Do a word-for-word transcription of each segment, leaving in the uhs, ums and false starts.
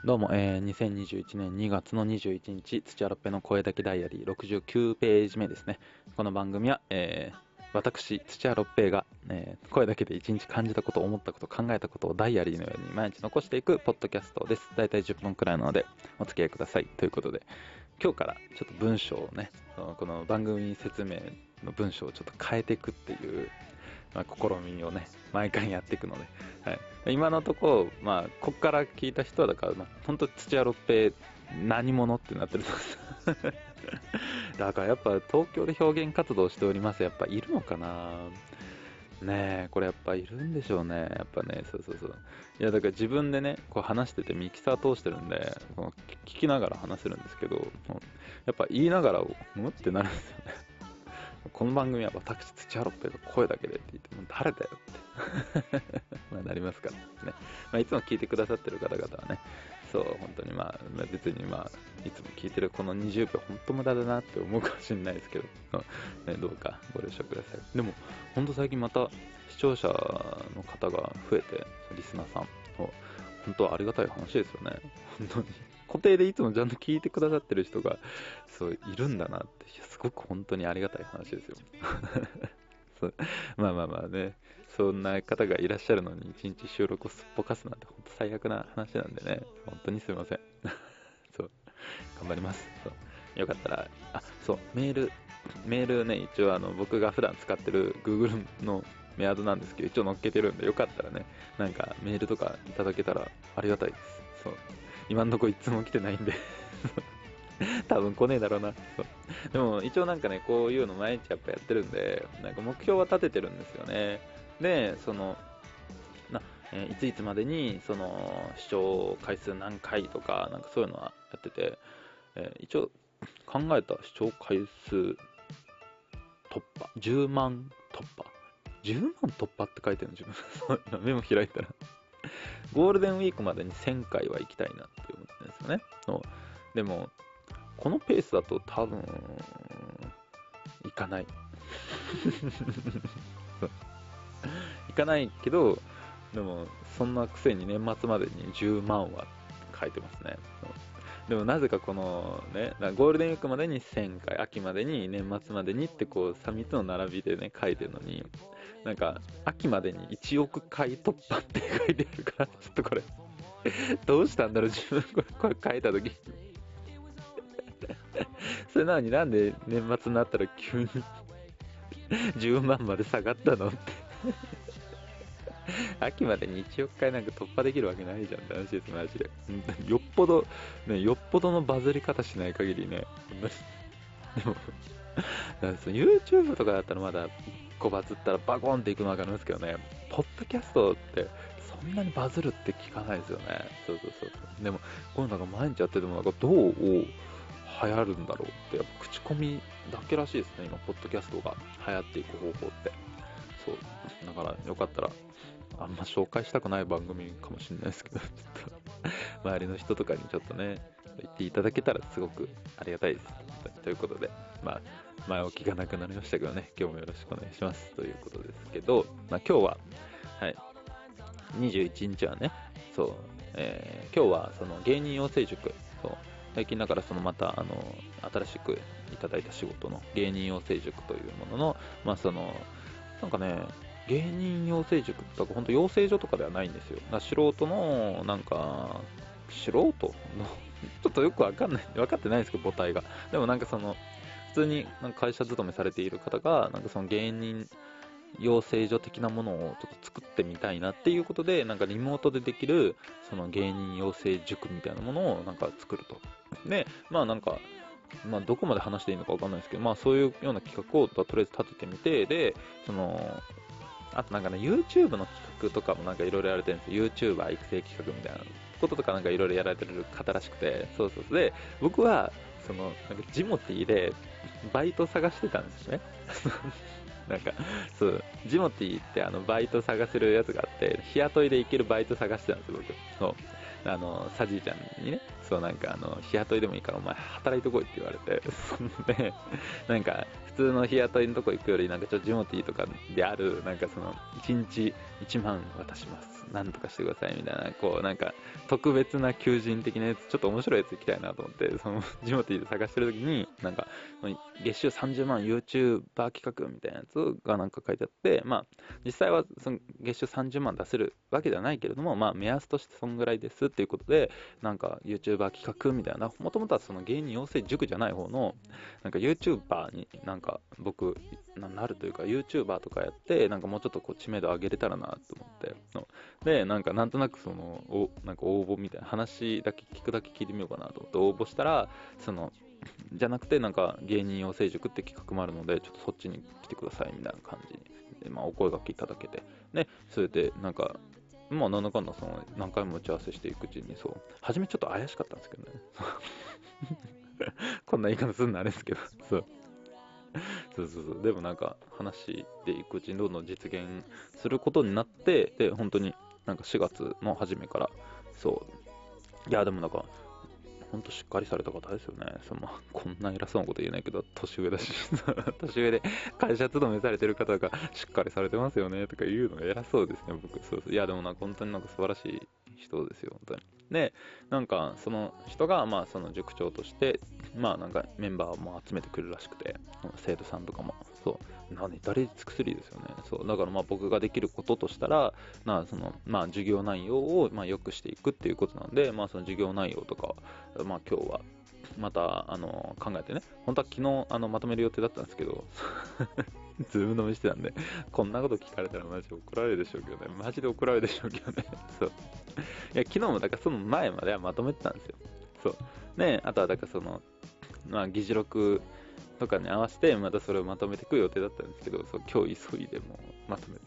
どうも、えー、にせんにじゅういちねんにがつのにじゅういちにち、土屋ロッペの声だけダイアリーろくじゅうきゅうページ目ですね。この番組は、えー、私、土屋ロッペが、えー、声だけでいちにち感じたこと、思ったこと、考えたことをダイアリーのように毎日残していくポッドキャストです。だいたいじゅっぷんくらいなので、お付き合いください。ということで、今日からちょっと文章をね、この番組説明の文章をちょっと変えていくっていう、まあ、試みをね、毎回やっていくので、はい、今のところ、まあ、こっから聞いた人は、だから、まあ、本当土屋ロッペ何者ってなってると思うんです。だからやっぱ東京で表現活動しております。やっぱいるのかなねえ、これやっぱいるんでしょうね。やっぱね、そうそうそう。いや、だから自分でね、こう話しててミキサー通してるんで、この聞きながら話せるんですけど、やっぱ言いながら、うんってなるんですよね。この番組は私、土屋ロッペが声だけでって言って、もう誰だよってまあなりますからね。まあ、いつも聞いてくださってる方々はね、そう、本当にまあ、別にまあ、いつも聞いてるこのにじゅうびょう、本当無駄だなって思うかもしれないですけど、ね、どうかご了承ください。でも、本当最近また視聴者の方が増えて、リスナーさん、本当ありがたい話ですよね。本当に。固定でいつもちゃんと聞いてくださってる人が、そう、いるんだなって、すごく本当にありがたい話ですよ。そうまあまあまあね、そんな方がいらっしゃるのに一日収録をすっぽかすなんて本当最悪な話なんでね、本当にすいません。そう、頑張ります。そうよかったら、あ、そう、メール、メールね、一応あの僕が普段使ってる Google のメアドなんですけど、一応載っけてるんで、よかったらね、なんかメールとかいただけたらありがたいです。そう。今んとこいつも来てないんで多分来ねえだろうな。そうでも一応なんかね、こういうの毎日やっぱやってるんで、なんか目標は立ててるんですよね。で、その、な、えーいついつまでに、その、視聴回数何回とか、なんかそういうのはやってて、えー一応考えた視聴回数突破、じゅうまん突破。じゅうまん突破って書いてるの自分。今メモ開いたら。ゴールデンウィークまでにせんかいは行きたいなって思ってるんですよね。そうでも、このペースだと多分、行かない。行かないけど、でも、そんなくせに年末までにじゅうまんは書いてますね。でもなぜかこのね、ゴールデンウィークまでにせんかい、秋までに、年末までにってこうさんつの並びでね、書いてるのに、なんか、秋までにいちおくかい突破って書いてあるから、ちょっとこれ、どうしたんだろう、自分これこれ書いたとき。それなのになんで年末になったら急にじゅうまんまで下がったのって秋までにいちおくかいなんか突破できるわけないじゃんって話です、マジで。よっぽど、ね、よっぽどのバズり方しない限りね、でも、その YouTube とかだったらまだいっこバズったらバコンっていくのわかりますけどね、ポッドキャストってそんなにバズるって聞かないですよね。そうそうそうそう。でも、こういうのが毎日やっててもなんかどう流行るんだろうって、やっぱ口コミだけらしいですね、今、ポッドキャストが流行っていく方法って。そう。だから、よかったら、あんま紹介したくない番組かもしれないですけど、ちょっと、周りの人とかにちょっとね、言っていただけたらすごくありがたいです。ということで、まあ、前置きがなくなりましたけどね、今日もよろしくお願いします。ということですけど、まあ今日は、はい、にじゅういちにちはね、そう、えー今日はその芸人養成塾、そう、最近だからそのまた、あの、新しくいただいた仕事の芸人養成塾というものの、まあその、なんかね、芸人養成塾とか、本当養成所とかではないんですよ。だ素人の、なんか、素人の、ちょっとよくわかんない、分かってないんですけど、母体が。でもなんかその、普通になんか会社勤めされている方が、なんかその芸人養成所的なものをちょっと作ってみたいなっていうことで、なんかリモートでできる、その芸人養成塾みたいなものをなんか作ると。で、まあなんか、まあどこまで話していいのかわかんないですけど、まあそういうような企画をとりあえず立ててみて、で、その、あとなんかね、YouTube の企画とかもなんかいろいろやられてるんですよ。YouTuber 育成企画みたいなこととかなんかいろいろやられてる方らしくて、そうそうそう。で、僕は、その、なんかジモティーでバイト探してたんですよね。 なんか、そう、ジモティーってあのバイト探せるやつがあって、日雇いで行けるバイト探してたんですよ、僕。そう。あの、サジーちゃんにね、そうなんかあの、日雇いでもいいからお前働いてこいって言われて、そんで、なんか、普通の日雇いのとこ行くより、なんかちょっとジモティーとかである、なんかその、いちにちいちまん渡します。なんとかしてくださいみたいな、こう、なんか、特別な求人的なやつ、ちょっと面白いやつ行きたいなと思って、その、ジモティーで探してる時に、なんか、月収さんじゅうまん YouTuber 企画みたいなやつがなんか書いてあって、まあ、実際はその月収さんじゅうまん出せるわけではないけれども、まあ、目安としてそんぐらいですっていうことで、なんか YouTuber 企画みたいな、もともとはその芸人養成塾じゃない方の、なんか YouTuber になんか僕、ななるというか YouTuber とかやって、なんかもうちょっとこう知名度上げれたらなと思って、ので、なんかなんとなくその、おなんか応募みたいな話だけ聞くだけ聞いてみようかなと思って応募したら、その、じゃなくてなんか芸人養成塾って企画もあるのでちょっとそっちに来てくださいみたいな感じで、まあ、お声がけいただけてね、それでなんかまあなんだかんだその何回も打ち合わせしていくうちに、そう初めちょっと怪しかったんですけどねこんな言い方するのあれですけどそうそうそうそう、でもなんか話でいくうちにどんどん実現することになって、で本当になんかしがつの初めからそういやでもなんかほんとしっかりされた方ですよね。そのこんな偉そうなこと言えないけど、年上だし、年上で会社勤めされてる方がしっかりされてますよねとか言うのが偉そうですね、僕。そうそう。いや、でもなんか本当になんか素晴らしい人ですよ、本当に。で、なんかその人が、まあその塾長として、まあなんかメンバーも集めてくるらしくて、生徒さんとかも。そう。何、誰尽くすりですよね。そう。だからまあ僕ができることとしたら、まあその、まあ授業内容をまあ良くしていくっていうことなんで、まあその授業内容とか、まあ今日はまたあの考えてね、本当は昨日あのまとめる予定だったんですけど、ズーム飲みしてたんで、こんなこと聞かれたらマジで怒られるでしょうけどね、マジで怒られるでしょうけどね、そう。いや、昨日もだからその前まではまとめてたんですよ。そう。ね、あとはだからその、まあ議事録とかに合わせてまたそれをまとめていく予定だったんですけど、そう今日急いでもうまとめて。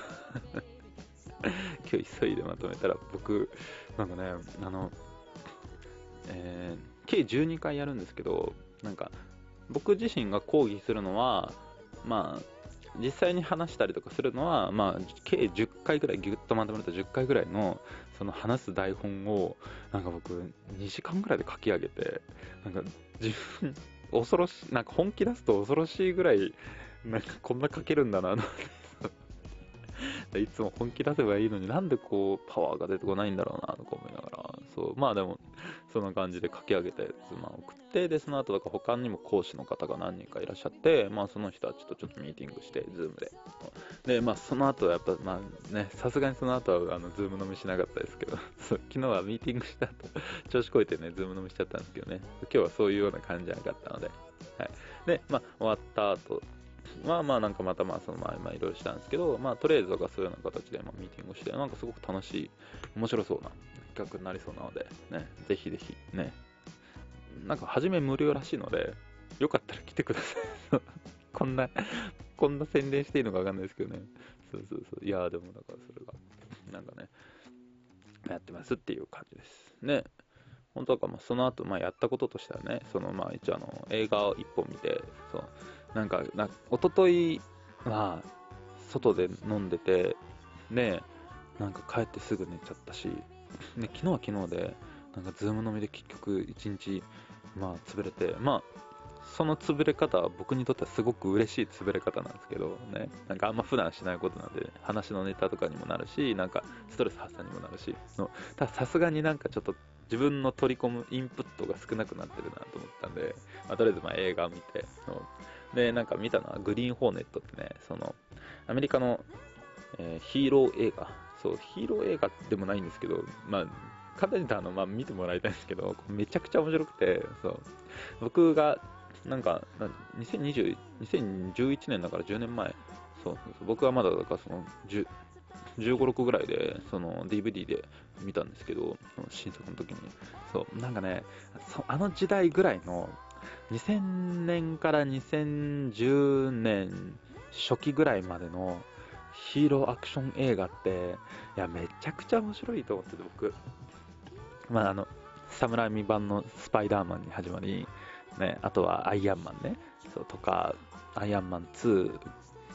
今日急いでまとめたら僕、なんかね、あの、えー、計じゅうにかいやるんですけど、なんか僕自身が講義するのは、まあ、実際に話したりとかするのは、まあ、計じゅっかいぐらい、ぎゅっとまとめたじゅっかいぐらいの、その話す台本を、なんか僕、にじかんぐらいで書き上げて、なんか自分、恐ろしい、なんか本気出すと恐ろしいぐらい、なんかこんな書けるんだな、いつも本気出せばいいのになんでこうパワーが出てこないんだろうなとか思いながら、そうまあでもそんな感じで書き上げたやつ、まあ、送って、でその後だから他にも講師の方が何人かいらっしゃって、まあその人たちとちょっとミーティングしてズームで、でまあその後はやっぱまあね、さすがにその後はあのズーム飲みしなかったですけどそう昨日はミーティングした後調子こいてねズーム飲みしちゃったんですけどね、今日はそういうような感じじゃなかったので、はい、でまあ終わった後まあまあなんかまたまあそのまあまあいろいろしたんですけど、まあとりあえずとかそういうような形でまあミーティングして、なんかすごく楽しい、面白そうな企画になりそうなので、ね、ぜひぜひね、なんか初め無料らしいので、よかったら来てください。こんな、こんな宣伝していいのかわかんないですけどね。そうそうそう。いやーでもだからそれが、なんかね、やってますっていう感じです。ね。本当か、まあ、その後、まあ、やったこととしてはね、その、まあ、一応あの、映画を一本見て、そう、なんか、な一昨日まあ、外で飲んでて、ね、なんか帰ってすぐ寝ちゃったし、ね、昨日は昨日で、なんかズーム飲みで結局一日、まあ、潰れて、まあ、その潰れ方は僕にとってはすごく嬉しい潰れ方なんですけどね、なんかあんま普段しないことなんで、話のネタとかにもなるし、なんかストレス発散にもなるし、のたださすがになんかちょっと自分の取り込むインプットが少なくなってるなと思ったんで、まあ、とりあえずまあ映画を見て、ので、なんか見たのはグリーンホーネットってね、そのアメリカの、えーヒーロー映画、そう、ヒーロー映画でもないんですけど、まあ、簡単に言ったらあの、まあ、見てもらいたいんですけど、めちゃくちゃ面白くて、そう、僕がなんか、にせんにじゅう、にせんじゅういちねんだからじゅうねんまえ、そうそうそう、僕はまだだからそのじゅう、じゅうご、ろくぐらいで、その ディーブイディー で見たんですけど、その新作の時に。そう、なんかね、そあの時代ぐらいの、にせんねんからにせんじゅうねん初期ぐらいまでのヒーローアクション映画って、いや、めちゃくちゃ面白いと思ってて、僕。まあ、あの、サムライミ版のスパイダーマンに始まり、ね、あとはアイアンマンね、そうとか、アイアンマンツー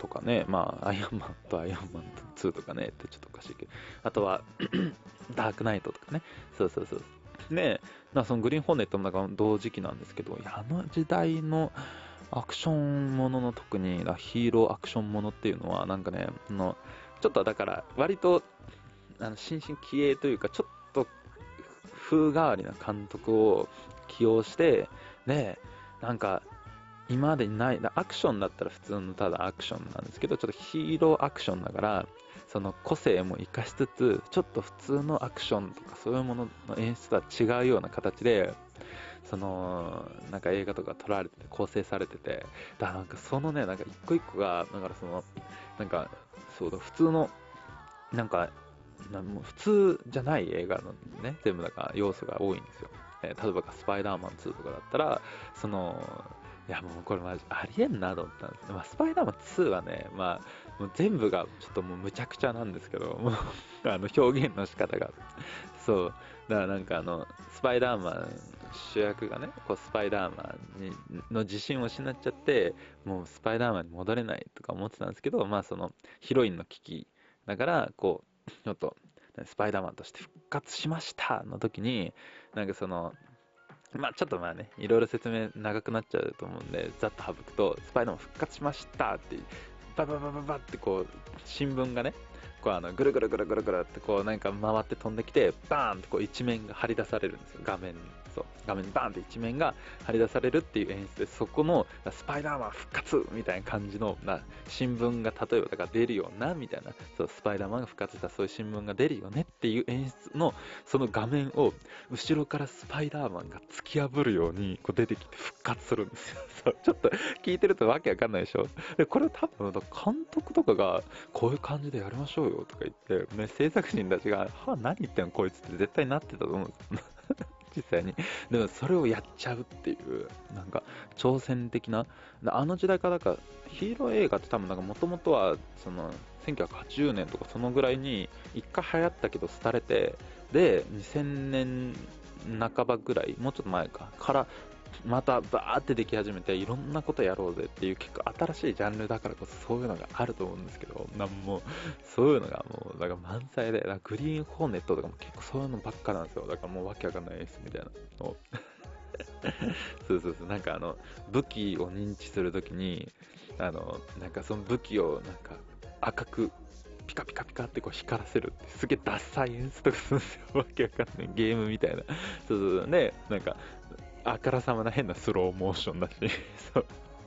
とかね、まあ、アイアンマンとアイアンマンツーとかね、ってちょっとおかしいけど、あとはダークナイトとかね、そうそうそう。ね、なそのグリーンホーネットもなんか同時期なんですけど、あの時代のアクションものの特にヒーローアクションものっていうのは、なんかね、あのちょっとだから割とあの新進気鋭というか、ちょっと風変わりな監督を起用して、で、なんか今までにない、アクションだったら普通のただアクションなんですけど、ちょっとヒーローアクションだから、その個性も活かしつつ、ちょっと普通のアクションとかそういうものの演出とは違うような形で、そのなんか映画とか撮られてて構成されてて、だからなんかそのね、なんか一個一個が、だからその、なんかそうだ、普通の、なんか、なもう普通じゃない映画のね、全部だから要素が多いんですよ。えー例えばスパイダーマンツーとかだったら、その、いやもうこれマジありえんなと思ったんですね。まあ、スパイダーマンツーはね、まあ、もう全部がちょっともうむちゃくちゃなんですけど、もうあの表現の仕方が、そう、だからなんかあの、スパイダーマン主役がね、こうスパイダーマンにの自信を失っちゃって、もうスパイダーマンに戻れないとか思ってたんですけど、まあそのヒロインの危機だから、こう、ちょっとスパイダーマンとして復活しましたの時に、なんかその、まあちょっとまあね、いろいろ説明長くなっちゃうと思うんで、ざっと省くと、スパイダーマン復活しましたって、バババババってこう、新聞がね、こうあのぐるぐるぐるぐるぐるってこうなんか回って飛んできて、バーンってこう一面が張り出されるんですよ、画面に。そう、画面にバーンって一面が張り出されるっていう演出で、そこのスパイダーマン復活みたいな感じのな新聞が例えばだから出るようなみたいな、そうスパイダーマンが復活したそういう新聞が出るよねっていう演出のその画面を後ろからスパイダーマンが突き破るようにこう出てきて復活するんですよ。そうちょっと聞いてるとわけわかんないでしょ。でこれ多分監督とかがこういう感じでやりましょうよとか言って、ね、制作人たちがはあ何言ってんのこいつって絶対なってたと思うんですよ。実際に。でもそれをやっちゃうっていう、なんか挑戦的な、あの時代からだからヒーロー映画って多分なんかもともとはそのせんきゅうひゃくはちじゅうねんとかそのぐらいに一回流行ったけど廃れて、でにせんねん半ばぐらい、もうちょっと前かからまたバーってでき始めて、いろんなことやろうぜっていう結構新しいジャンルだからこそそういうのがあると思うんですけど、なんもそういうのがもうだから満載で、だからグリーンホーネットとかも結構そういうのばっかなんですよ。だからもうわけわかんない演出みたいなのをそうそうそう、なんかあの武器を認知するときに、あのなんかその武器をなんか赤くピカピカピカってこう光らせるってすげえダサい演出とかするんですよ。わけわかんないゲームみたいな。そうそうそうね、なんかあからさまな変なスローモーションだし、そう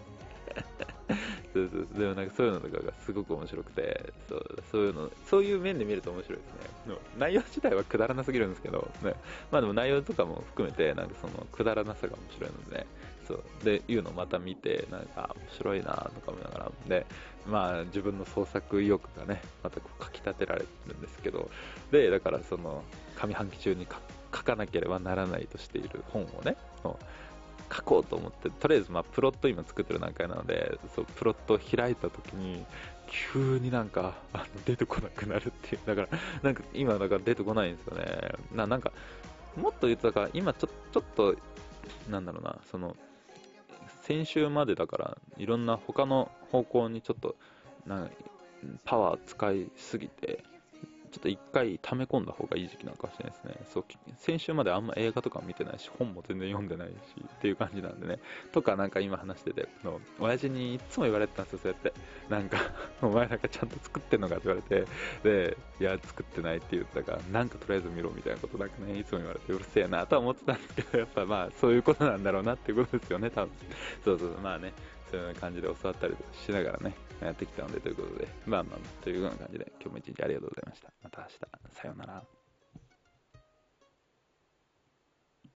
そうそうでもなんかそういうのとかがすごく面白くて、そうそういうの、そういう面で見ると面白いですね。の内容自体はくだらなすぎるんですけど、ね、まあでも内容とかも含めて、なんかそのくだらなさが面白いのでね、そうでいうのをまた見て、なんか面白いなとか思いながら、で、まあ自分の創作意欲がね、またこうかき立てられるんですけど、で、だからその上半期中に書書かなければならないとしている本をね、書こうと思って、とりあえずまあプロット今作ってる段階なので、そうプロットを開いた時に急になんかあの出てこなくなるっていう、だからなんか今だから出てこないんですよね。ななんかもっと言うとだから今ちょちょっとなんだろうな、その先週までだからいろんな他の方向にちょっとなんパワー使いすぎて、ちょっと一回溜め込んだ方がいい時期なのかもしれないですね。そう、先週まであんま映画とか見てないし、本も全然読んでないしっていう感じなんでね。とかなんか今話してて、の親父にいつも言われてたんですよ、そうやって。なんか、お前なんかちゃんと作ってんのかって言われて、で、いや、作ってないって言ったから、なんかとりあえず見ろみたいなことなんかね、いつも言われてうるせえなとは思ってたんですけど、やっぱまあそういうことなんだろうなっていうことですよね、多分。そうそう、まあね。そういう感じで教わったりしながらね、やってきたのでということで、まあまあ、というような感じで、今日も一日ありがとうございました。また明日、さようなら。